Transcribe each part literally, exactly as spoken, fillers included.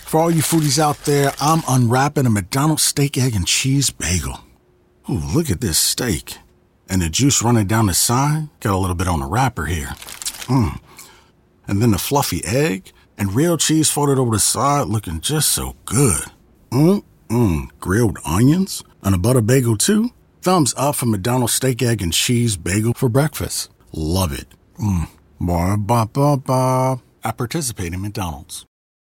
For all you foodies out there, I'm unwrapping a McDonald's steak, egg, and cheese bagel. Ooh, look at this steak. And the juice running down the side. Got a little bit on the wrapper here. Mmm. And then the fluffy egg and real cheese folded over the side looking just so good. Mmm-mmm. Grilled onions and a butter bagel too. Thumbs up for McDonald's steak, egg, and cheese bagel for breakfast. Love it. Mmm. Ba-ba-ba-ba. I participate in McDonald's.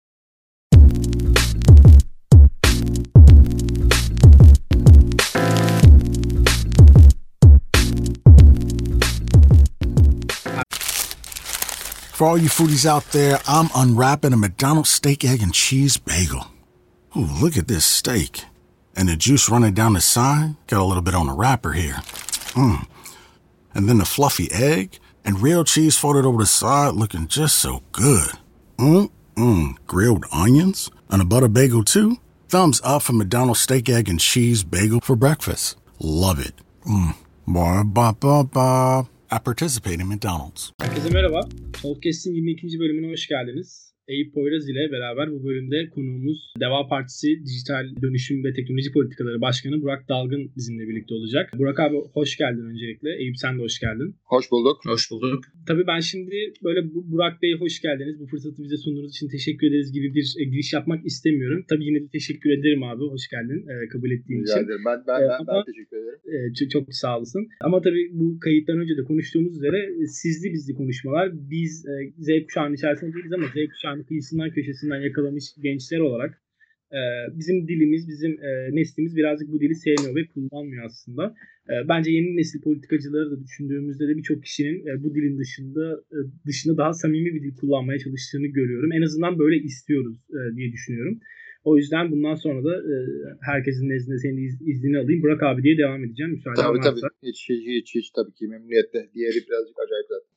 For all you foodies out there, I'm unwrapping a McDonald's steak, egg, and cheese bagel. Ooh, look at this steak. And the juice running down the side. Got a little bit on the wrapper here. Mmm. And then the fluffy egg and real cheese folded over the side looking just so good. Mmm. Grilled onions and a butter bagel too. Thumbs up for McDonald's steak, egg, and cheese bagel for breakfast. Love it. Mmm. Ba-ba-ba-ba. I participate in McDonald's. Herkese merhaba. Podcast'in yirmi ikinci bölümüne hoş geldiniz. Eyüp Poyraz ile beraber bu bölümde konuğumuz Deva Partisi Dijital Dönüşüm ve Teknoloji Politikaları Başkanı Burak Dalgın bizimle birlikte olacak. Burak abi hoş geldin öncelikle. Eyüp sen de hoş geldin. Hoş bulduk. Hoş bulduk. Tabii ben şimdi böyle Burak Bey hoş geldiniz. Bu fırsatı bize sunduğunuz için teşekkür ederiz gibi bir giriş yapmak istemiyorum. Tabii yine de teşekkür ederim abi. Hoş geldin. E, kabul ettiğin Rica için. ederim. Ben, ben, E, ben, ama, ben teşekkür ederim. E, çok, çok sağ olasın. Ama tabii bu kayıttan önce de konuştuğumuz üzere sizli bizli konuşmalar. Biz e, Z kuşağının içerisinde değiliz ama Z kuşağının kıyısından köşesinden yakalamış gençler olarak e, bizim dilimiz, bizim e, neslimiz birazcık bu dili sevmiyor ve kullanmıyor aslında. E, bence yeni nesil politikacıları da düşündüğümüzde de birçok kişinin e, bu dilin dışında e, dışında daha samimi bir dil kullanmaya çalıştığını görüyorum. En azından böyle istiyoruz e, diye düşünüyorum. O yüzden bundan sonra da e, herkesin nezdinde senin iz, iznini alayım. Burak abi diye devam edeceğim. Müsaade tabii varsa. tabii. Hiç, hiç, hiç, hiç tabii ki memnuniyetle. Diğeri birazcık acayip zaten.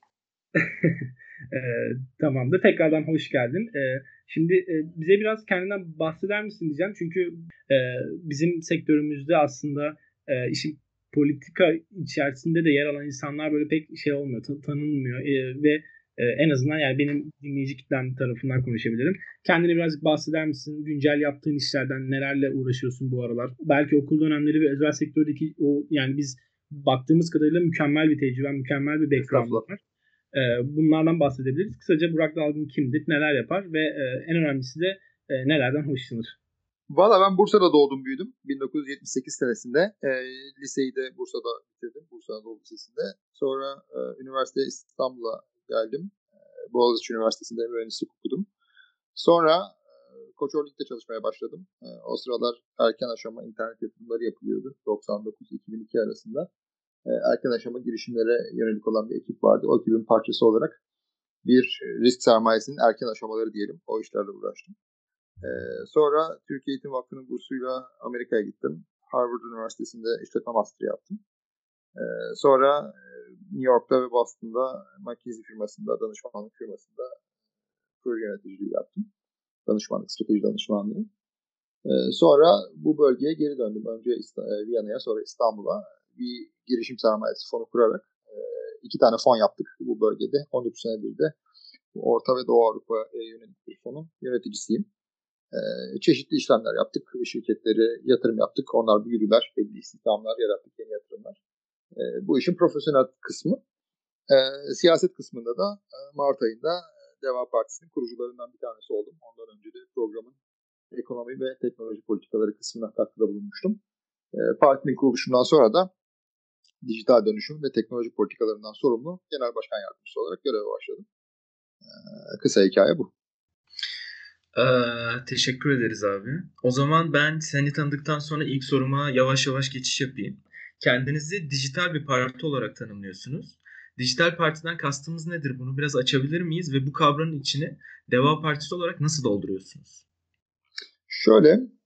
e, tamamdır. Tekrardan hoş geldin. E, şimdi e, bize biraz kendinden bahseder misin diyeceğim. Çünkü e, bizim sektörümüzde aslında e, işin politika içerisinde de yer alan insanlar böyle pek şey olmuyor, tan- tanınmıyor e, ve e, en azından yani benim dinleyici kitlem tarafından konuşabilirim. Kendine birazcık bahseder misin? Güncel yaptığın işlerden nelerle uğraşıyorsun bu aralar? Belki okul dönemleri ve özel sektördeki o yani biz baktığımız kadarıyla mükemmel bir tecrübe, mükemmel bir background var. Bunlardan bahsedebiliriz. Kısaca Burak Dalgın kimdir, neler yapar ve en önemlisi de nelerden hoşlanır? Valla ben Bursa'da doğdum büyüdüm. bin dokuz yüz yetmiş sekiz senesinde. E, liseyi de Bursa'da bitirdim. Bursa Anadolu Lisesi'nde. Sonra e, üniversiteye İstanbul'a geldim. E, Boğaziçi Üniversitesi'nde mühendislik okudum. Sonra e, Koç Holding'de çalışmaya başladım. E, o sıralar erken aşama internet yatırımları yapılıyordu. doksan dokuz iki bin iki arasında. Erken aşama girişimlere yönelik olan bir ekip vardı. O ekibin parçası olarak bir risk sermayesinin erken aşamaları diyelim. O işlerle uğraştım. Ee, sonra Türkiye Eğitim Vakfı'nın bursuyla Amerika'ya gittim. Harvard Üniversitesi'nde işletme master yaptım. Ee, sonra New York'ta ve Boston'da McKinsey firmasında, danışmanlık firmasında proje yöneticiliği yaptım. Danışmanlık, strateji danışmanlığı. Ee, sonra bu bölgeye geri döndüm. Önce Viyana'ya, sonra İstanbul'a. Bir girişim sermayesi fonu kurarak e, iki tane fon yaptık bu bölgede. on üç senedir de Orta ve Doğu Avrupa'ya yönelik bir fonun yöneticisiyim. E, çeşitli işlemler yaptık. Şirketleri yatırım yaptık. Onlar büyüdüler. Belli istihdamlar yarattık. Yeni yatırımlar. E, bu işin profesyonel kısmı. E, siyaset kısmında da e, Mart ayında Deva Partisi'nin kurucularından bir tanesi oldum. Ondan önce de programın ekonomi ve teknoloji politikaları kısmına katkıda bulunmuştum. E, partinin kuruluşundan sonra da dijital dönüşüm ve teknoloji politikalarından sorumlu genel başkan yardımcısı olarak göreve başladım. Ee, kısa hikaye bu. Ee, teşekkür ederiz abi. O zaman ben seni tanıdıktan sonra ilk soruma yavaş yavaş geçiş yapayım. Kendinizi dijital bir parti olarak tanımlıyorsunuz. Dijital partiden kastımız nedir? Bunu biraz açabilir miyiz? Ve bu kavramın içini Deva Partisi olarak nasıl dolduruyorsunuz? Şöyle,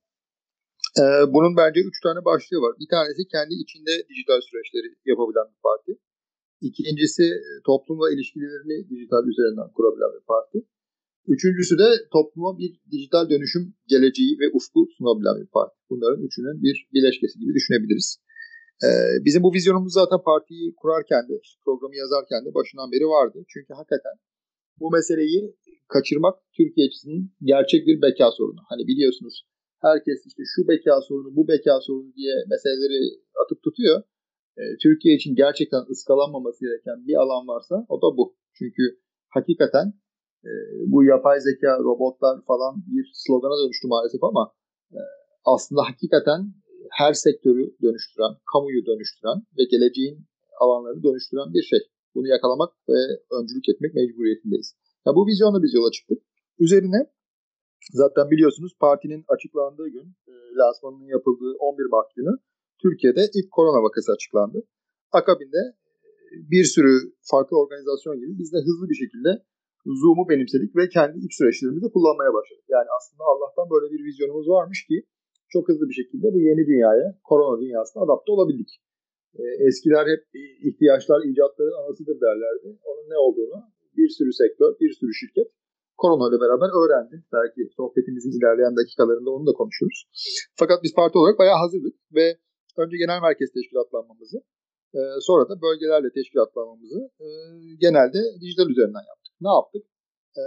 e, bunun bence üç tane başlığı var. Bir tanesi kendi içinde dijital süreçleri yapabilen bir parti. İkincisi toplumla ilişkilerini dijital üzerinden kurabilen bir parti. Üçüncüsü de topluma bir dijital dönüşüm geleceği ve ufku sunabilen bir parti. Bunların üçünün bir bileşkesi gibi düşünebiliriz. Ee, bizim bu vizyonumuz zaten partiyi kurarken de, programı yazarken de başından beri vardı. Çünkü hakikaten bu meseleyi kaçırmak Türkiye için gerçek bir beka sorunu. Hani biliyorsunuz herkes işte şu beka sorunu, bu beka sorunu diye meseleleri atıp tutuyor. E, Türkiye için gerçekten ıskalanmaması gereken bir alan varsa o da bu. Çünkü hakikaten e, bu yapay zeka, robotlar falan bir slogana dönüştü maalesef ama e, aslında hakikaten her sektörü dönüştüren, kamuyu dönüştüren ve geleceğin alanları dönüştüren bir şey. Bunu yakalamak ve öncülük etmek mecburiyetindeyiz. Ya bu vizyonla biz yola çıktık. Üzerine zaten biliyorsunuz partinin açıklandığı gün, e, lansmanının yapıldığı on bir Mart günü Türkiye'de ilk korona vakası açıklandı. Akabinde bir sürü farklı organizasyon gibi biz de hızlı bir şekilde Zoom'u benimsedik ve kendi iç süreçlerimizde kullanmaya başladık. Yani aslında Allah'tan böyle bir vizyonumuz varmış ki çok hızlı bir şekilde bu yeni dünyaya, korona dünyasına adapte olabildik. E, eskiler hep ihtiyaçlar icatların anasıdır derlerdi. Onun ne olduğunu bir sürü sektör, bir sürü şirket korona ile beraber öğrendi. Belki sohbetimizin ilerleyen dakikalarında onu da konuşuruz. Fakat biz parti olarak bayağı hazırdık ve önce genel merkez teşkilatlanmamızı, e, sonra da bölgelerle teşkilatlanmamızı e, genelde dijital üzerinden yaptık. Ne yaptık? E,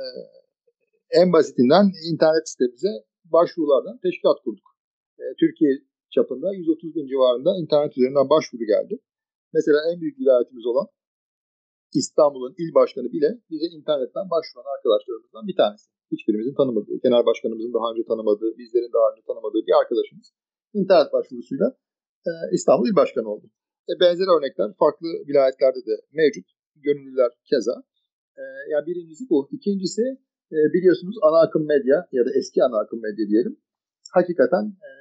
en basitinden internet sitemize başvurulardan teşkilat kurduk. E, Türkiye çapında yüz otuz bin civarında internet üzerinden başvuru geldi. Mesela en büyük vilayetimiz olan İstanbul'un il başkanı bile bize internetten başvuran arkadaşlarımızdan bir tanesi. Hiçbirimizin tanımadığı, genel başkanımızın daha önce tanımadığı, bizlerin daha önce tanımadığı bir arkadaşımız internet başvurusuyla e, İstanbul il başkanı oldu. E, benzer örnekler farklı vilayetlerde de mevcut. Gönüllüler keza. E, yani birincisi bu. İkincisi e, biliyorsunuz ana akım medya ya da eski ana akım medya diyelim. Hakikaten e,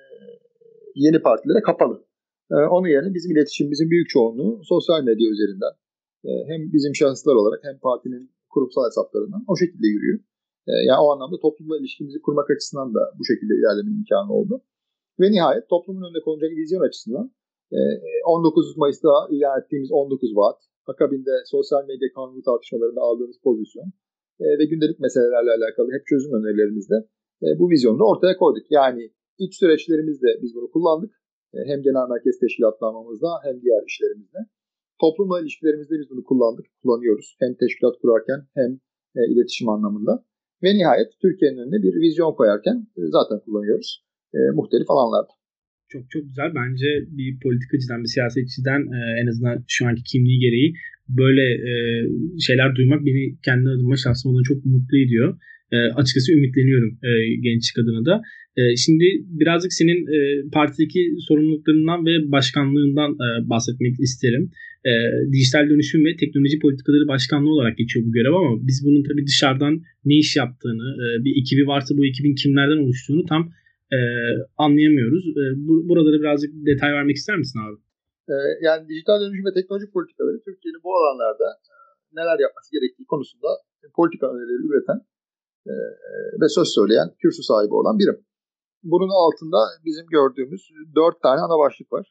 yeni partilere kapalı. E, onun yerine bizim iletişimimizin büyük çoğunluğu sosyal medya üzerinden e, hem bizim şahıslar olarak hem partinin kurumsal hesaplarından o şekilde yürüyor. E, yani o anlamda toplumla ilişkimizi kurmak açısından da bu şekilde ilerleme imkanı oldu. Ve nihayet toplumun önünde konacak vizyon açısından e, on dokuz Mayıs'ta ilan ettiğimiz on dokuz vaat, akabinde sosyal medya kanunu tartışmalarında aldığımız pozisyon e, ve gündelik meselelerle alakalı hep çözüm önerilerimizde e, bu vizyonu da ortaya koyduk. Yani İç süreçlerimizde biz bunu kullandık. Hem genel merkez teşkilatlanmamızda hem diğer işlerimizde. Toplumla ilişkilerimizde biz bunu kullandık, kullanıyoruz. Hem teşkilat kurarken hem e, iletişim anlamında. Ve nihayet Türkiye'nin önüne bir vizyon koyarken e, zaten kullanıyoruz. E, muhtelif alanlarda. Çok çok güzel. Bence bir politikacıdan, bir siyasetçiden e, en azından şu anki kimliği gereği böyle e, şeyler duymak beni kendi adıma şahsım olarak çok mutlu ediyor. E, açıkçası ümitleniyorum e, gençlik adına da. E, şimdi birazcık senin e, partideki sorumluluklarından ve başkanlığından e, bahsetmek isterim. E, dijital dönüşüm ve teknoloji politikaları başkanlığı olarak geçiyor bu görev ama biz bunun tabii dışarıdan ne iş yaptığını, e, bir ekibi varsa bu ekibin kimlerden oluştuğunu tam e, anlayamıyoruz. E, bu, buralara birazcık detay vermek ister misin abi? E, yani dijital dönüşüm ve teknoloji politikaları Türkiye'nin bu alanlarda e, neler yapması gerektiği konusunda politika önerileri üreten e, ve söz söyleyen, kürsü sahibi olan birim. Bunun altında bizim gördüğümüz dört tane ana başlık var.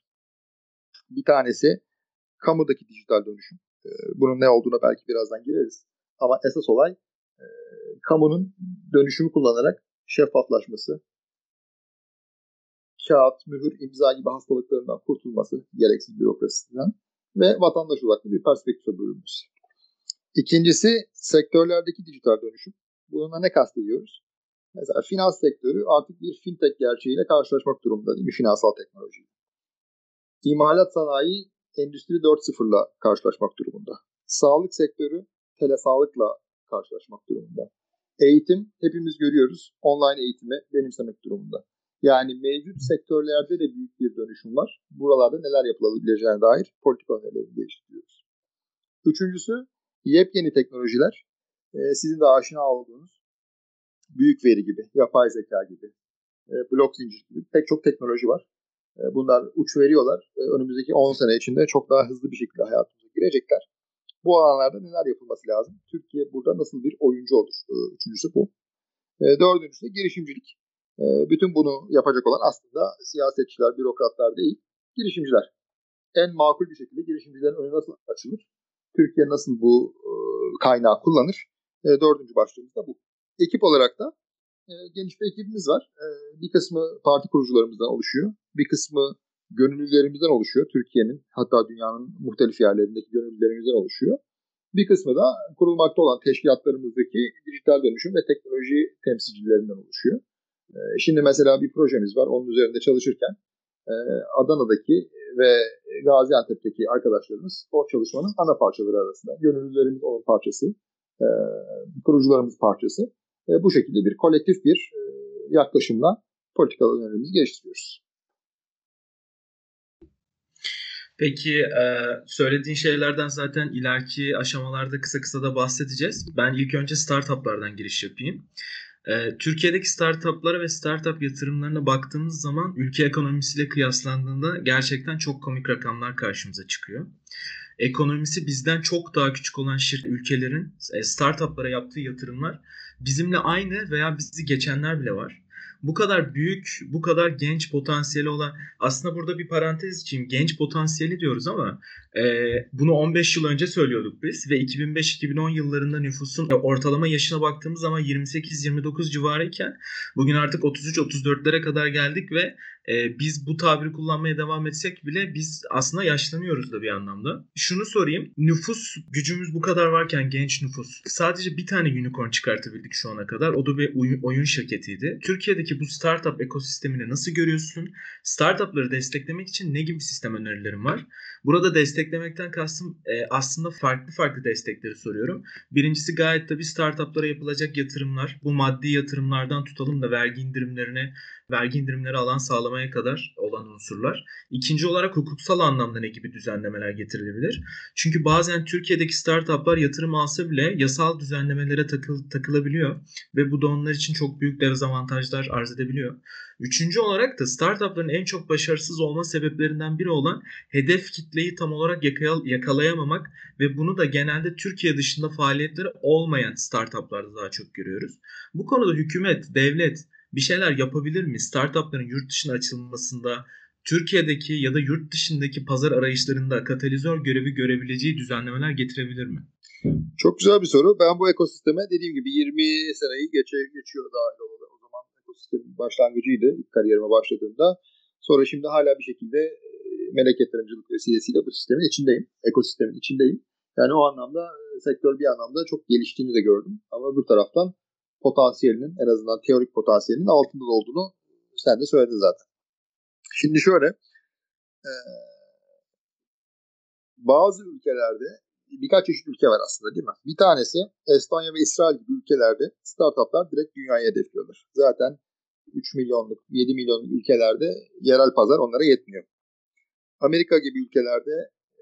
Bir tanesi kamudaki dijital dönüşüm. E, bunun ne olduğuna belki birazdan gireriz. Ama esas olay e, kamunun dönüşümü kullanarak şeffaflaşması, kağıt, mühür, imza gibi hastalıklarından kurtulması, gereksiz bürokrasisinden ve vatandaş odaklı bir perspektife bölünmesi. İkincisi sektörlerdeki dijital dönüşüm. Bununla ne kastediyoruz? Mesela finans sektörü artık bir fintech gerçeğiyle karşılaşmak durumunda değil mi? Finansal teknoloji. İmalat sanayi endüstri dört nokta sıfırla karşılaşmak durumunda. Sağlık sektörü telesağlıkla karşılaşmak durumunda. Eğitim hepimiz görüyoruz. Online eğitimi benimsemek durumunda. Yani mevcut sektörlerde de büyük bir dönüşüm var. Buralarda neler yapılabileceğine dair politika önerileri geliştiriyoruz. Üçüncüsü yepyeni teknolojiler. Ee, sizin de aşina olduğunuz büyük veri gibi, yapay zeka gibi, e, blok zincir gibi pek çok teknoloji var. E, bunlar uç veriyorlar. E, önümüzdeki on sene içinde çok daha hızlı bir şekilde hayatımıza girecekler. Bu alanlarda neler yapılması lazım? Türkiye burada nasıl bir oyuncu olur? E, üçüncüsü bu. E, dördüncüsü de girişimcilik. E, bütün bunu yapacak olan aslında siyasetçiler, bürokratlar değil, girişimciler. En makul bir şekilde girişimcilerin önü nasıl açılır? Türkiye nasıl bu e, kaynağı kullanır? E, dördüncü başlığımız da bu. Ekip olarak da e, geniş bir ekibimiz var. E, bir kısmı parti kurucularımızdan oluşuyor. Bir kısmı gönüllülerimizden oluşuyor. Türkiye'nin hatta dünyanın muhtelif yerlerindeki gönüllülerimizden oluşuyor. Bir kısmı da kurulmakta olan teşkilatlarımızdaki dijital dönüşüm ve teknoloji temsilcilerinden oluşuyor. Şimdi mesela bir projemiz var. Onun üzerinde çalışırken Adana'daki ve Gaziantep'teki arkadaşlarımız o çalışmanın ana parçaları arasında. Gönüllülerimiz onun parçası, kurucularımız parçası. Bu şekilde bir kolektif bir yaklaşımla politikalı önerimizi geliştiriyoruz. Peki söylediğin şeylerden zaten ileriki aşamalarda kısa kısa da bahsedeceğiz. Ben ilk önce startuplardan giriş yapayım. Türkiye'deki startuplara ve startup yatırımlarına baktığımız zaman ülke ekonomisiyle kıyaslandığında gerçekten çok komik rakamlar karşımıza çıkıyor. Ekonomisi bizden çok daha küçük olan şirket ülkelerin startuplara yaptığı yatırımlar bizimle aynı veya bizi geçenler bile var. Bu kadar büyük, bu kadar genç potansiyeli olan, aslında burada bir parantez için genç potansiyeli diyoruz ama e, bunu on beş yıl önce söylüyorduk biz ve iki bin beş iki bin on yıllarında nüfusun ortalama yaşına baktığımız zaman yirmi sekiz yirmi dokuz civarıyken bugün artık otuz üç otuz dörtlere kadar geldik ve e, biz bu tabiri kullanmaya devam etsek bile biz aslında yaşlanıyoruz da bir anlamda. Şunu sorayım, nüfus gücümüz bu kadar varken genç nüfus, sadece bir tane unicorn çıkartabildik şu ana kadar, o da bir oyun, oyun şirketiydi. Türkiye'deki bu startup ekosistemini nasıl görüyorsun? Startupları desteklemek için ne gibi sistem önerilerin var? Burada desteklemekten kastım e, aslında farklı farklı destekleri soruyorum. Birincisi gayet tabii startuplara yapılacak yatırımlar. Bu maddi yatırımlardan tutalım da vergi indirimlerine, vergi indirimleri alan sağlamaya kadar olan unsurlar. İkinci olarak hukuksal anlamda ne gibi düzenlemeler getirilebilir? Çünkü bazen Türkiye'deki startuplar yatırım alsa bile yasal düzenlemelere takıl, takılabiliyor ve bu da onlar için çok büyük dezavantajlar arz edebiliyor. Üçüncü olarak da startupların en çok başarısız olma sebeplerinden biri olan hedef kitleyi tam olarak yakalayamamak ve bunu da genelde Türkiye dışında faaliyetleri olmayan startuplarda daha çok görüyoruz. Bu konuda hükümet, devlet bir şeyler yapabilir mi? Startupların yurt dışına açılmasında, Türkiye'deki ya da yurt dışındaki pazar arayışlarında katalizör görevi görebileceği düzenlemeler getirebilir mi? Çok güzel bir soru. Ben bu ekosisteme dediğim gibi yirmi seneyi geçe, geçiyor dahil olalı. O zaman ekosistemin başlangıcıydı ilk kariyerime başladığımda. Sonra şimdi hala bir şekilde melek yatırımcılık vesilesiyle bu sistemin içindeyim. Ekosistemin içindeyim. Yani o anlamda sektör bir anlamda çok geliştiğini de gördüm. Ama bir taraftan potansiyelinin, en azından teorik potansiyelinin altında olduğunu sen de söyledin zaten. Şimdi şöyle, e, bazı ülkelerde birkaç çeşit ülke var aslında değil mi? Bir tanesi Estonya ve İsrail gibi ülkelerde startuplar direkt dünyaya hedefliyorlar. Zaten üç milyonluk, yedi milyonluk ülkelerde yerel pazar onlara yetmiyor. Amerika gibi ülkelerde e,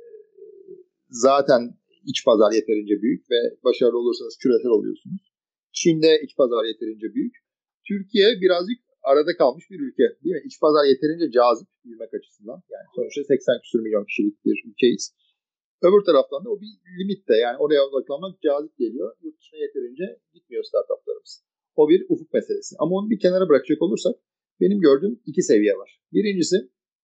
zaten iç pazar yeterince büyük ve başarılı olursanız küresel oluyorsunuz. Çin'de iç pazar yeterince büyük. Türkiye birazcık arada kalmış bir ülke değil mi? İç pazar yeterince cazip büyümek açısından. Yani sonuçta seksen küsur milyon kişilik bir ülkeyiz. Öbür taraftan da o bir limitte, yani oraya odaklanmak cazip geliyor. Yurt dışına yeterince gitmiyor startuplarımız. O bir ufuk meselesi. Ama onu bir kenara bırakacak olursak benim gördüğüm iki seviye var. Birincisi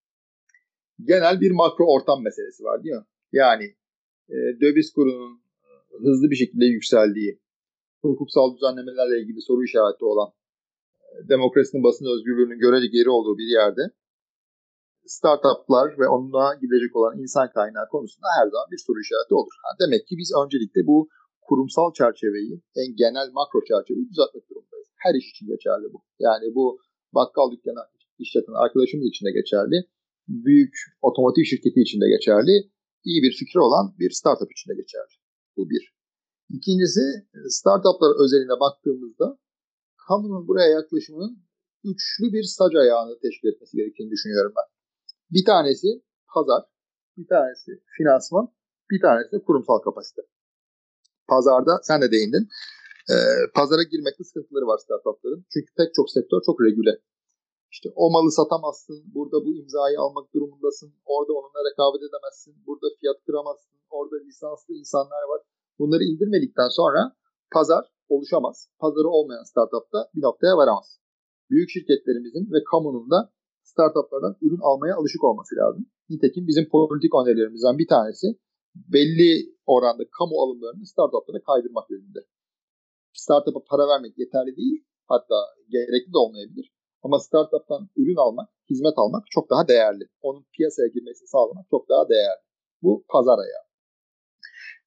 genel bir makro ortam meselesi var değil mi? Yani e, döviz kurunun hızlı bir şekilde yükseldiği, hukuksal düzenlemelerle ilgili soru işareti olan, e, demokrasinin, basın özgürlüğünün görece geri olduğu bir yerde startuplar ve onunla gidecek olan insan kaynağı konusunda her zaman bir soru işareti olur. Yani demek ki biz öncelikle bu kurumsal çerçeveyi, en genel makro çerçeveyi düzeltmek durumundayız. Her iş için geçerli bu. Yani bu bakkal dükkanı işleten arkadaşımız için de geçerli. Büyük otomotiv şirketi için de geçerli. İyi bir fikri olan bir startup için de geçerli. Bu bir. İkincisi, startuplar özeline baktığımızda kamunun buraya yaklaşımının üçlü bir sac ayağını teşkil etmesi gerektiğini düşünüyorum ben. Bir tanesi pazar, bir tanesi finansman, bir tanesi de kurumsal kapasite. Pazarda sen de değindin. Ee, pazara girmekte sıkıntıları var startupların. Çünkü pek çok sektör çok regüle. İşte o malı satamazsın, burada bu imzayı almak durumundasın, orada onunla rekabet edemezsin, burada fiyat kıramazsın, orada lisanslı insanlar var. Bunları indirmedikten sonra pazar oluşamaz. Pazarı olmayan startup da bir noktaya varamaz. Büyük şirketlerimizin ve kamunun da startuplardan ürün almaya alışık olması lazım. Nitekim bizim politik önerilerimizden bir tanesi belli oranda kamu alımlarını startuplara kaydırmak yönünde. Startup'a para vermek yeterli değil, hatta gerekli de olmayabilir. Ama startup'tan ürün almak, hizmet almak çok daha değerli. Onun piyasaya girmesini sağlamak çok daha değerli. Bu pazar ayağı.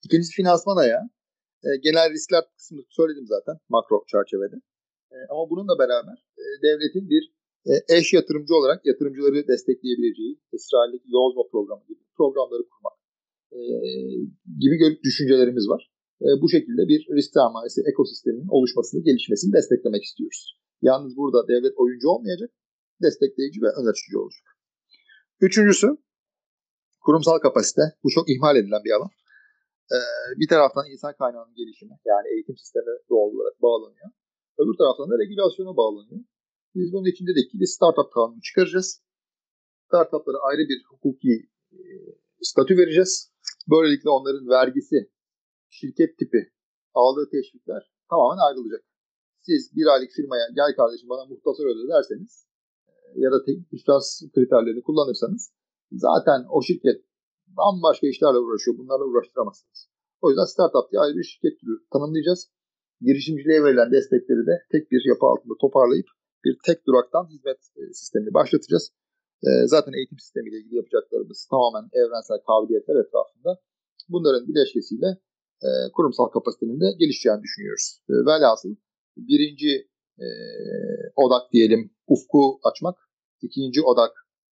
İkincisi finansman ayağı. E, genel riskler kısmını söyledim zaten makro çerçevede. E, ama bununla beraber e, devletin bir e, eş yatırımcı olarak yatırımcıları destekleyebileceği İsrail'deki Yozma programı gibi programları kurmak e, gibi düşüncelerimiz var. E, bu şekilde bir risk sermayesi ekosisteminin oluşmasını, gelişmesini desteklemek istiyoruz. Yalnız burada devlet oyuncu olmayacak, destekleyici ve önerici olacak. Üçüncüsü, kurumsal kapasite. Bu çok ihmal edilen bir alan. Ee, bir taraftan insan kaynağının gelişimi, yani eğitim sistemi doğal olarak bağlanıyor. Öbür taraftan da regülasyona bağlanıyor. Biz bunun için dedik ki bir startup kanunu çıkaracağız. Startuplara ayrı bir hukuki e, statü vereceğiz. Böylelikle onların vergisi, şirket tipi, aldığı teşvikler tamamen ayrılacak. Siz bir aylık firmaya gel kardeşim bana muhtasar öde derseniz e, ya da iflas kriterlerini kullanırsanız zaten o şirket bambaşka işlerle uğraşıyor. Bunlarla uğraştıramazsınız. O yüzden startup diye ayrı bir şirket türü tanımlayacağız. Girişimciliğe verilen destekleri de tek bir yapı altında toparlayıp bir tek duraktan hizmet sistemini başlatacağız. Zaten eğitim sistemiyle ilgili yapacaklarımız tamamen evrensel kabiliyetler etrafında. Bunların bileşkesiyle kurumsal kapasitenin de gelişeceğini düşünüyoruz. Velhasıl birinci odak diyelim ufku açmak. İkinci odak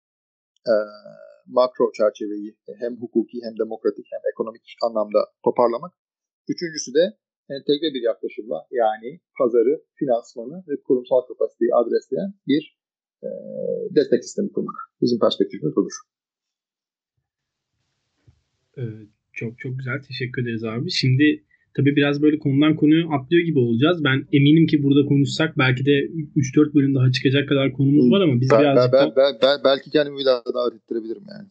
makro çerçeveyi hem hukuki hem demokratik hem ekonomik anlamda toparlamak. Üçüncüsü de entegre bir yaklaşımla yani pazarı, finansmanı ve kurumsal kapasiteyi adresleyen bir e, destek sistemi kurmak. Bizim perspektifimiz budur. Ee, çok çok güzel. Teşekkür ederiz abi. Şimdi tabii biraz böyle konudan konuya atlıyor gibi olacağız. Ben eminim ki burada konuşsak belki de üç dört bölüm daha çıkacak kadar konumuz var ama biz ben, birazcık ben, ben, ben, belki kendimi bir daha davet ettirebilirim yani.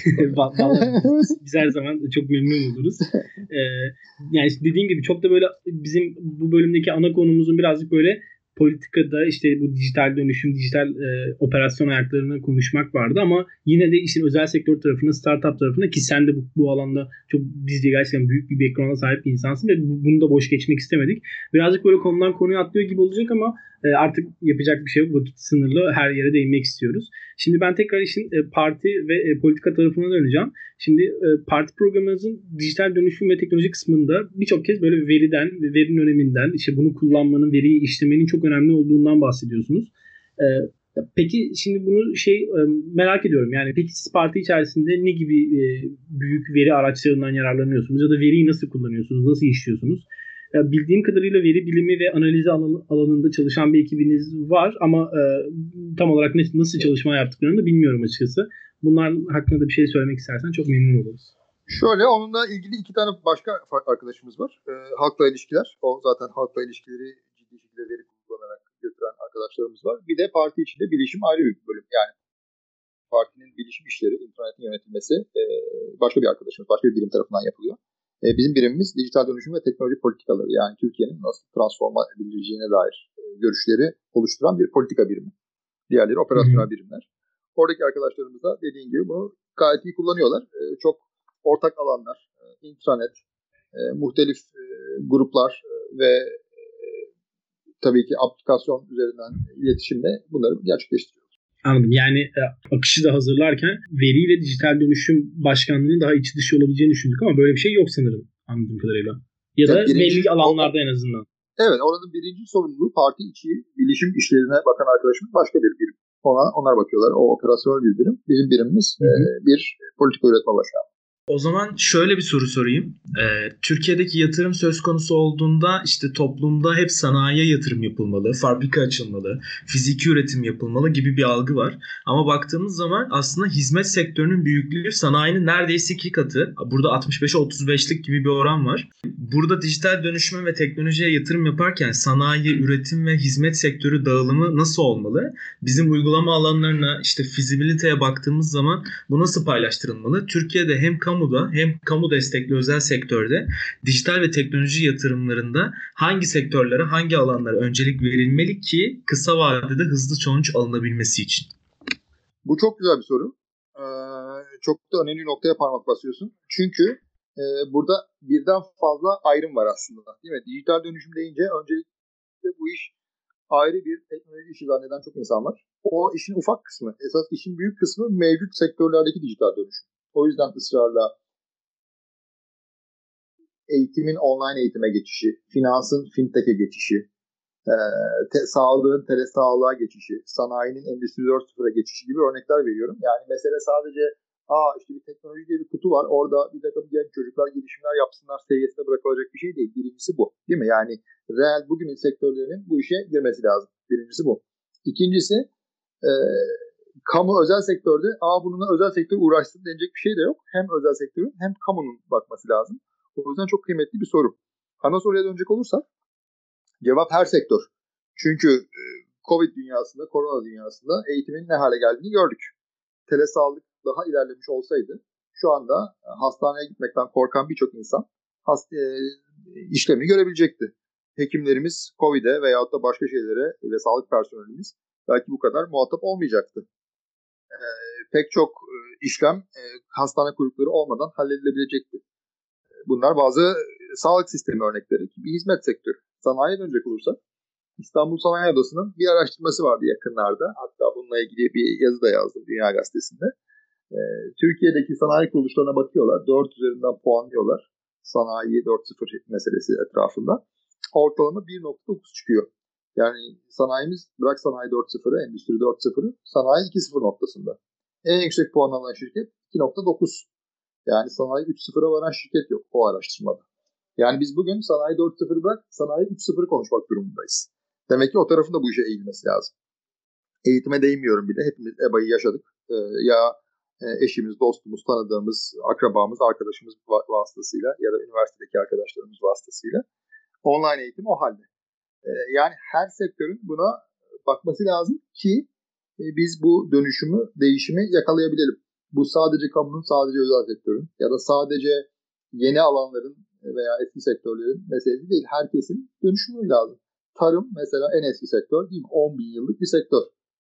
Vallahi biz, biz her zaman çok memnun oluruz. Ee, yani işte dediğim gibi çok da böyle bizim bu bölümdeki ana konumuzun birazcık böyle politikada işte bu dijital dönüşüm, dijital e, operasyon ayaklarını konuşmak vardı ama yine de işin özel sektör tarafına, startup tarafına ki sen de bu, bu alanda çok bizce gerçekten büyük bir background'a sahip bir insansın ve bu, bunu da boş geçmek istemedik. Birazcık böyle konudan konuya atlıyor gibi olacak ama e, artık yapacak bir şey yok. Vakit sınırlı. Her yere değinmek istiyoruz. Şimdi ben tekrar işin e, parti ve e, politika tarafına döneceğim. Şimdi e, parti programımızın dijital dönüşüm ve teknoloji kısmında birçok kez böyle veriden ve verinin öneminden, işte bunu kullanmanın, veriyi işlemenin çok önemli olduğundan bahsediyorsunuz. E, peki şimdi bunu şey e, merak ediyorum. Yani peki siz parti içerisinde ne gibi e, büyük veri araçlarından yararlanıyorsunuz ya da veriyi nasıl kullanıyorsunuz, nasıl işliyorsunuz? E, bildiğim kadarıyla veri bilimi ve analizi alanında çalışan bir ekibiniz var ama e, tam olarak nasıl çalışma yaptıklarını da bilmiyorum açıkçası. Bunlar hakkında da bir şey söylemek istersen çok memnun oluruz. Şöyle onunla ilgili iki tane başka arkadaşımız var. E, halkla ilişkiler. O zaten halkla ilişkileri ciddi şekilde veri kullanarak götüren arkadaşlarımız var. Bir de parti içinde bilişim ayrı bir bölüm. Yani partinin bilişim işleri, internetin yönetilmesi e, başka bir arkadaşımız, başka bir birim tarafından yapılıyor. E, bizim birimimiz dijital dönüşüm ve teknoloji politikaları. Yani Türkiye'nin nasıl transforma edileceğine dair e, görüşleri oluşturan bir politika birimi. Diğerleri operasyonel birimler. Oradaki arkadaşlarımız da dediğin gibi bunu gayet iyi kullanıyorlar. E, çok ortak alanlar, e, intranet, e, muhtelif e, gruplar e, ve e, tabii ki aplikasyon üzerinden iletişimle bunları gerçekleştiriyoruz. Anladım. Yani e, akışı da hazırlarken veriyle dijital dönüşüm başkanlığının daha içi dışı olabileceğini düşündük ama böyle bir şey yok sanırım anladığım kadarıyla. Ya, ya da birinci, belli alanlarda o, en azından. Evet, oranın birinci sorumluluğu parti içi bilişim işlerine bakan arkadaşımız başka bir birim. Ona, onlar bakıyorlar. O operasyonel bir birim. Bizim birimimiz e, bir politika üretme başkanı. O zaman şöyle bir soru sorayım. Ee, Türkiye'deki yatırım söz konusu olduğunda işte toplumda hep sanayiye yatırım yapılmalı, fabrika açılmalı, fiziki üretim yapılmalı gibi bir algı var. Ama baktığımız zaman aslında hizmet sektörünün büyüklüğü sanayinin neredeyse iki katı. Burada altmış beşe otuz beşlik gibi bir oran var. Burada dijital dönüşüme ve teknolojiye yatırım yaparken sanayi, üretim ve hizmet sektörü dağılımı nasıl olmalı? Bizim uygulama alanlarına işte fizibiliteye baktığımız zaman bu nasıl paylaştırılmalı? Türkiye'de hem kamu kamuda hem kamu destekli özel sektörde dijital ve teknoloji yatırımlarında hangi sektörlere, hangi alanlara öncelik verilmeli ki kısa vadede hızlı sonuç alınabilmesi için? Bu çok güzel bir soru. Ee, çok da önemli noktaya parmak basıyorsun. Çünkü e, burada birden fazla ayrım var aslında. Değil mi? Dijital dönüşüm deyince öncelikle bu iş ayrı bir teknoloji işi zanneden çok insan var. O işin ufak kısmı. Esas işin büyük kısmı mevcut sektörlerdeki dijital dönüşüm. O yüzden ısrarla eğitimin online eğitime geçişi, finansın fintech'e geçişi, e, te, sağlığın telesağlığa geçişi, sanayinin endüstri dört nokta sıfıra geçişi gibi örnekler veriyorum. Yani mesele sadece aa işte bir teknoloji diye bir kutu var, orada bir takım genç çocuklar girişimler yapsınlar seviyesine bırakılacak bir şey değil. Birincisi bu. Değil mi? Yani reel bugünün sektörlerinin bu işe girmesi lazım. Birincisi bu. İkincisi e, kamu özel sektörde aa bununla özel sektör uğraşsın denecek bir şey de yok. Hem özel sektörün hem kamunun bakması lazım. O yüzden çok kıymetli bir soru. Ana soruya dönecek olursak cevap her sektör. Çünkü e, Covid dünyasında, korona dünyasında eğitimin ne hale geldiğini gördük. Telesağlık daha ilerlemiş olsaydı şu anda hastaneye gitmekten korkan birçok insan hasta, e, işlemini görebilecekti. Hekimlerimiz Covid'e veyahut da başka şeylere ve sağlık personelimiz belki bu kadar muhatap olmayacaktı. E, pek çok e, işlem e, hastane kuyrukları olmadan halledilebilecekti. Bunlar bazı sağlık sistemi örnekleri. Bir hizmet sektörü. Sanayiye dönecek olursak İstanbul Sanayi Odası'nın bir araştırması vardı yakınlarda. Hatta bununla ilgili bir yazı da yazdım Dünya Gazetesi'nde. Ee, Türkiye'deki sanayi kuruluşlarına bakıyorlar. dört üzerinden puanlıyorlar. Sanayi dört nokta sıfır meselesi etrafında. Ortalama bir nokta dokuz çıkıyor. Yani sanayimiz bırak sanayi dört nokta sıfırı, endüstri dört nokta sıfırı, sanayi iki nokta sıfır noktasında. En yüksek puan alan şirket iki nokta dokuz. Yani sanayi üç nokta sıfıra varan şirket yok o araştırmada. Yani biz bugün sanayi dört nokta sıfır bırak sanayi üç nokta sıfır konuşmak durumundayız. Demek ki o tarafın da bu işe eğilmesi lazım. Eğitime değinmiyorum bile. Hepimiz E B A'yı yaşadık. Ee, ya eşimiz, dostumuz, tanıdığımız, akrabamız, arkadaşımız vasıtasıyla ya da üniversitedeki arkadaşlarımız vasıtasıyla online eğitim o halde. Ee, yani her sektörün buna bakması lazım ki e, biz bu dönüşümü, değişimi yakalayabilelim. Bu sadece kamunun, sadece özel sektörün ya da sadece yeni alanların veya eski sektörlerin meselesi değil. Herkesin dönüşümü lazım. Tarım mesela en eski sektör değil mi? on bin yıllık bir sektör.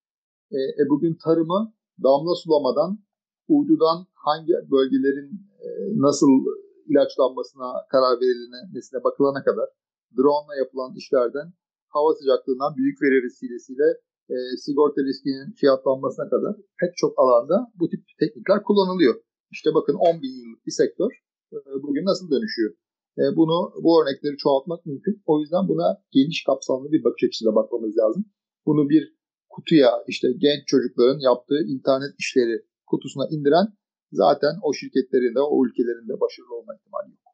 E, e bugün tarımı damla sulamadan, uydudan hangi bölgelerin e, nasıl ilaçlanmasına karar verilmesine bakılana kadar, drone ile yapılan işlerden hava sıcaklığından büyük veri vesilesiyle e, sigorta riskinin fiyatlanmasına kadar pek çok alanda bu tip teknikler kullanılıyor. İşte bakın on bin yıllık bir sektör e, bugün nasıl dönüşüyor? E, bunu, bu örnekleri çoğaltmak mümkün. O yüzden buna geniş kapsamlı bir bakış açısıyla bakmamız lazım. Bunu bir kutuya, işte genç çocukların yaptığı internet işleri kutusuna indiren zaten o şirketlerin de o ülkelerin de başarılı olma ihtimali yok.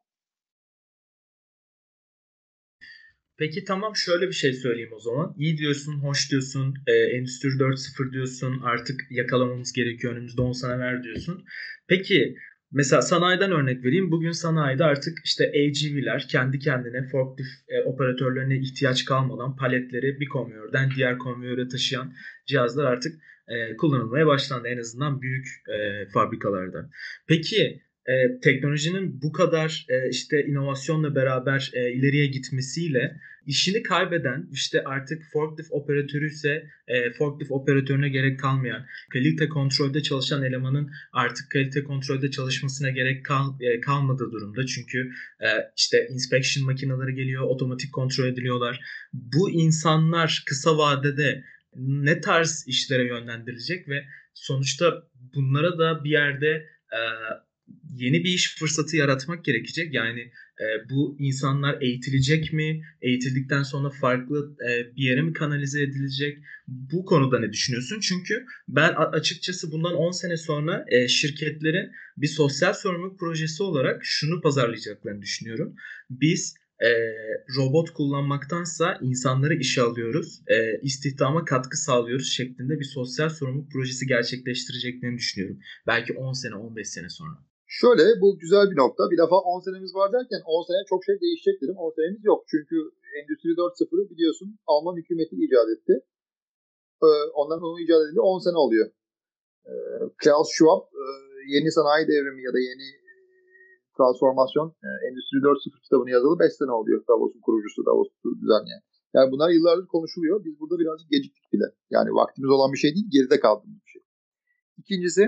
Peki tamam, şöyle bir şey söyleyeyim o zaman. İyi diyorsun, hoş diyorsun, e, Endüstri dört nokta sıfır diyorsun, artık yakalamamız gerekiyor, önümüzde on sene ver diyorsun. Peki mesela sanayiden örnek vereyim. Bugün sanayide artık işte A G V'ler kendi kendine forklift e, operatörlerine ihtiyaç kalmadan paletleri bir konveyörden diğer konveyöre taşıyan cihazlar artık e, kullanılmaya başlandı, en azından büyük e, fabrikalarda. Peki e, teknolojinin bu kadar e, işte inovasyonla beraber e, ileriye gitmesiyle işini kaybeden, işte artık forklift operatörü ise e, forklift operatörüne gerek kalmayan, kalite kontrolde çalışan elemanın artık kalite kontrolde çalışmasına gerek kal, e, kalmadığı durumda. Çünkü e, işte inspection makineleri geliyor, otomatik kontrol ediliyorlar. Bu insanlar kısa vadede ne tarz işlere yönlendirilecek ve sonuçta bunlara da bir yerde e, yeni bir iş fırsatı yaratmak gerekecek. Yani e, bu insanlar eğitilecek mi? Eğitildikten sonra farklı e, bir yere mi kanalize edilecek? Bu konuda ne düşünüyorsun? Çünkü ben açıkçası bundan on sene sonra e, şirketlerin bir sosyal sorumluluk projesi olarak şunu pazarlayacaklarını düşünüyorum. Biz e, robot kullanmaktansa insanları işe alıyoruz, e, istihdama katkı sağlıyoruz şeklinde bir sosyal sorumluluk projesi gerçekleştireceklerini düşünüyorum. Belki on sene, on beş sene sonra. Şöyle, bu güzel bir nokta. Bir defa on senemiz var derken on sene çok şey değişecek dedim. on senemiz yok. Çünkü Endüstri dört nokta sıfırı biliyorsun Alman hükümeti icat etti. Ee, onların onu icat edildi on sene oluyor. Ee, Klaus Schwab e, yeni sanayi devrimi ya da yeni e, transformasyon e, Endüstri dört nokta sıfır kitabını yazalı beş sene oluyor. Davos'un kurucusu, Davos'u düzenleyen. Yani bunlar yıllardır konuşuluyor. Biz burada birazcık geciktik bile. Yani vaktimiz olan bir şey değil, geride kaldığımız bir şey. İkincisi,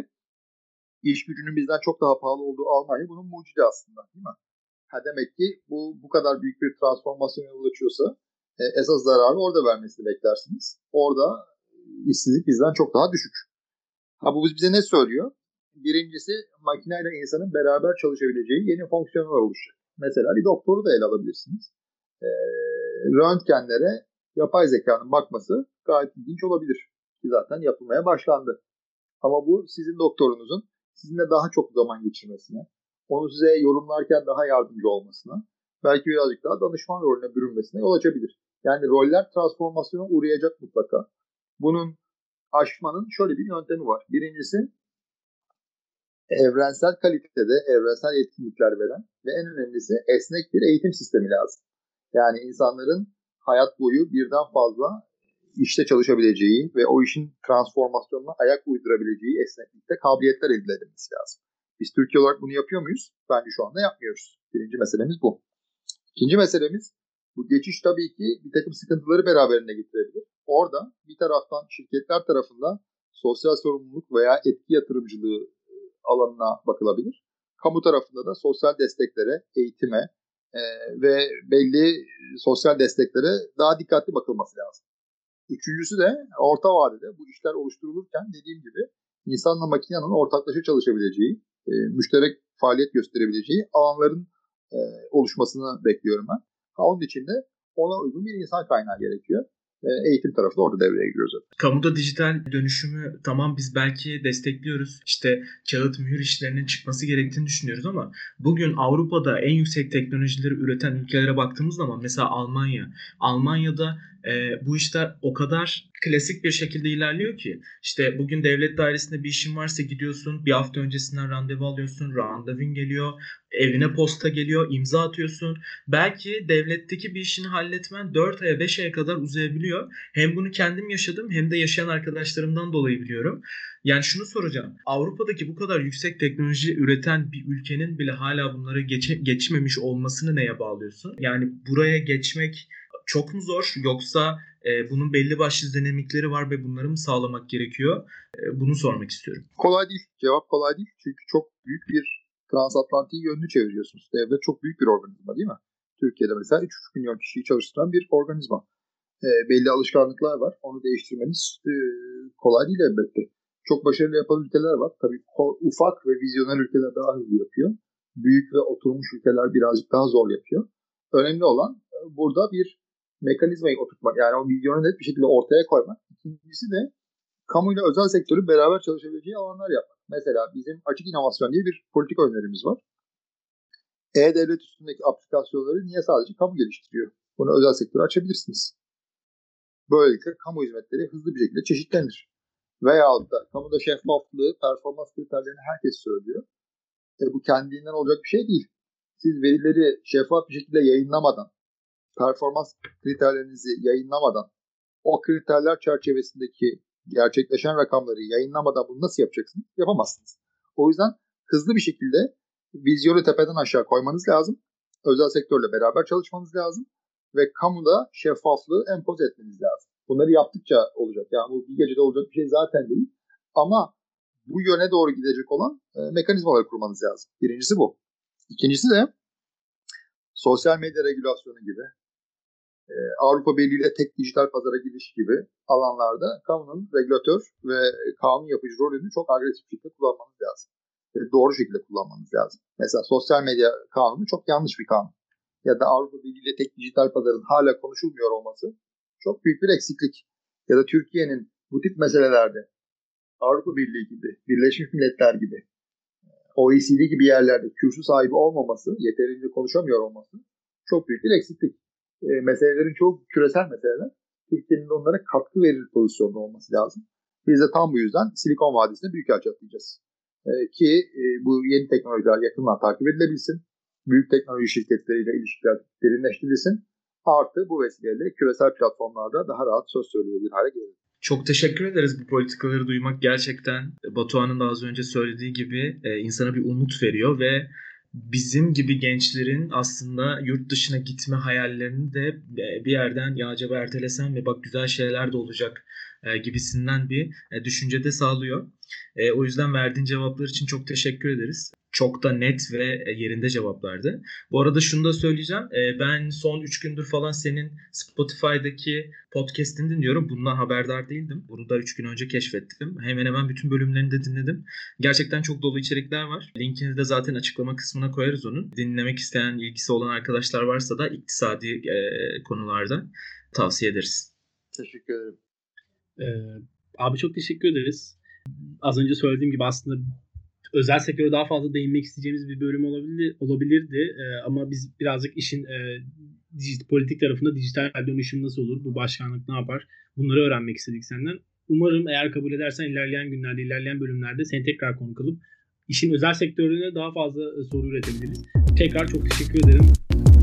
İş gücünün bizden çok daha pahalı olduğu Almanya bunun mucidi aslında, değil mi? Ha demek ki bu bu kadar büyük bir transformasyona yol açıyorsa e, esas zararı orada vermesini beklersiniz. Orada işsizlik bizden çok daha düşük. Ha bu bize ne söylüyor? Birincisi, makineyle insanın beraber çalışabileceği yeni fonksiyonlar oluşacak. Mesela bir doktoru da ele alabilirsiniz. E, röntgenlere yapay zekanın bakması gayet ilginç olabilir. Ki zaten yapılmaya başlandı. Ama bu sizin doktorunuzun sizinle daha çok zaman geçirmesine, onu size yorumlarken daha yardımcı olmasına, belki birazcık daha danışman rolüne bürünmesine yol açabilir. Yani roller transformasyona uğrayacak mutlaka. Bunun aşmanın şöyle bir yöntemi var. Birincisi, evrensel kalitede, evrensel yetkinlikler veren ve en önemlisi esnek bir eğitim sistemi lazım. Yani insanların hayat boyu birden fazla işte çalışabileceği ve o işin transformasyonuna ayak uydurabileceği esneklikte kabiliyetler elde edilmesi lazım. Biz Türkiye olarak bunu yapıyor muyuz? Bence şu anda yapmıyoruz. Birinci meselemiz bu. İkinci meselemiz, bu geçiş tabii ki bir takım sıkıntıları beraberinde getirebilir. Orada bir taraftan şirketler tarafından sosyal sorumluluk veya etki yatırımcılığı alanına bakılabilir. Kamu tarafında da sosyal desteklere, eğitime e, ve belli sosyal desteklere daha dikkatli bakılması lazım. Üçüncüsü de orta vadede bu işler oluşturulurken dediğim gibi insanla makinenin ortaklaşa çalışabileceği, e, müşterek faaliyet gösterebileceği alanların e, oluşmasını bekliyorum ben. Ha, onun için de ona uygun bir insan kaynağı gerekiyor. E, eğitim tarafı da orada devreye giriyor zaten. Kamuda dijital dönüşümü tamam biz belki destekliyoruz. İşte kağıt mühür işlerinin çıkması gerektiğini düşünüyoruz ama bugün Avrupa'da en yüksek teknolojileri üreten ülkelere baktığımız zaman mesela Almanya. Almanya'da e, bu işler o kadar klasik bir şekilde ilerliyor ki işte bugün devlet dairesinde bir işin varsa gidiyorsun, bir hafta öncesinden randevu alıyorsun, randevun geliyor, evine posta geliyor, imza atıyorsun. Belki devletteki bir işini halletmen dört aya beş aya kadar uzayabiliyor. Hem bunu kendim yaşadım hem de yaşayan arkadaşlarımdan dolayı biliyorum. Yani şunu soracağım. Avrupa'daki bu kadar yüksek teknoloji üreten bir ülkenin bile hala bunları geçe, geçmemiş olmasını neye bağlıyorsun? Yani buraya geçmek çok mu zor yoksa e, bunun belli başlı dinamikleri var ve bunları mı sağlamak gerekiyor? E, bunu sormak istiyorum. Kolay değil. Cevap kolay değil. Çünkü çok büyük bir transatlantik yönünü çeviriyorsunuz. Devlet çok büyük bir organizma değil mi? Türkiye'de mesela üç buçuk milyon kişiyi çalıştıran bir organizma. E, belli alışkanlıklar var. Onu değiştirmeniz e, kolay değil elbette. Çok başarılı yapan ülkeler var. Tabii ufak ve vizyoner ülkeler daha hızlı yapıyor. Büyük ve oturmuş ülkeler birazcık daha zor yapıyor. Önemli olan e, burada bir mekanizmayı oturtmak. Yani o vizyonu net bir şekilde ortaya koymak. İkincisi de kamuyla özel sektörün beraber çalışabileceği alanlar yapmak. Mesela bizim açık inovasyon diye bir politika önerimiz var. E-Devlet üstündeki aplikasyonları niye sadece kamu geliştiriyor? Bunu özel sektöre açabilirsiniz. Böylelikle kamu hizmetleri hızlı bir şekilde çeşitlenir. Veyahut da kamuda şeffaflığı, performans kriterlerini herkes söylüyor. E bu kendinden olacak bir şey değil. Siz verileri şeffaf bir şekilde yayınlamadan, performans kriterlerinizi yayınlamadan, o kriterler çerçevesindeki gerçekleşen rakamları yayınlamadan bunu nasıl yapacaksınız? Yapamazsınız. O yüzden hızlı bir şekilde vizyonu tepeden aşağı koymanız lazım. Özel sektörle beraber çalışmanız lazım. Ve kamuda şeffaflığı empoze etmeniz lazım. Bunları yaptıkça olacak. Yani bu bir gecede olacak bir şey zaten değil. Ama bu yöne doğru gidecek olan e, mekanizmaları kurmanız lazım. Birincisi bu. İkincisi de sosyal medya regülasyonu gibi, e, Avrupa Birliği ile tek dijital pazara giriş gibi alanlarda kamunun regülatör ve kanun yapıcı rolünü çok agresif şekilde kullanmanız lazım. E, doğru şekilde kullanmanız lazım. Mesela sosyal medya kanunu çok yanlış bir kanun. Ya da Avrupa Birliği ile tek dijital pazarın hala konuşulmuyor olması çok büyük bir eksiklik. Ya da Türkiye'nin bu tip meselelerde Avrupa Birliği gibi, Birleşmiş Milletler gibi, O E C D gibi yerlerde kürsü sahibi olmaması, yeterince konuşamıyor olması çok büyük bir eksiklik. E, meselelerin çoğu küresel meseleler. Türkiye'nin de onlara katkı verir pozisyonda olması lazım. Biz de tam bu yüzden Silikon Vadisi'ne büyükelçi atlayacağız. E, ki e, bu yeni teknolojiler yakından takip edilebilsin. Büyük teknoloji şirketleriyle ilişkiler derinleştirilsin. Artı bu vesileyle küresel platformlarda daha rahat söz söyleyebilir hale gelir. Çok teşekkür ederiz bu politikaları duymak. Gerçekten Batuhan'ın da az önce söylediği gibi e, insana bir umut veriyor ve bizim gibi gençlerin aslında yurt dışına gitme hayallerini de bir yerden ya acaba ertelesem mi bak güzel şeyler de olacak e, gibisinden bir e, düşünce de sağlıyor. E, o yüzden verdiğin cevaplar için çok teşekkür ederiz. çok da net ve yerinde cevaplardı. Bu arada şunu da söyleyeceğim. Ben son üç gündür falan senin Spotify'daki podcast'ini dinliyorum. Bundan haberdar değildim. Bunu da üç gün önce keşfettim. Hemen hemen bütün bölümlerini de dinledim. Gerçekten çok dolu içerikler var. Linkini de zaten açıklama kısmına koyarız onun. Dinlemek isteyen, ilgisi olan arkadaşlar varsa da iktisadi e, konularda tavsiye ederiz. Teşekkür ederim. Ee, abi çok teşekkür ederiz. Az önce söylediğim gibi aslında özel sektöre daha fazla değinmek isteyeceğimiz bir bölüm olabilir, olabilirdi. Ee, ama biz birazcık işin e, dijit, politik tarafında dijital dönüşüm nasıl olur, bu başkanlık ne yapar, bunları öğrenmek istedik senden. Umarım eğer kabul edersen ilerleyen günlerde, ilerleyen bölümlerde seni tekrar konuk alıp işin özel sektörüne daha fazla soru üretebiliriz. Tekrar çok teşekkür ederim.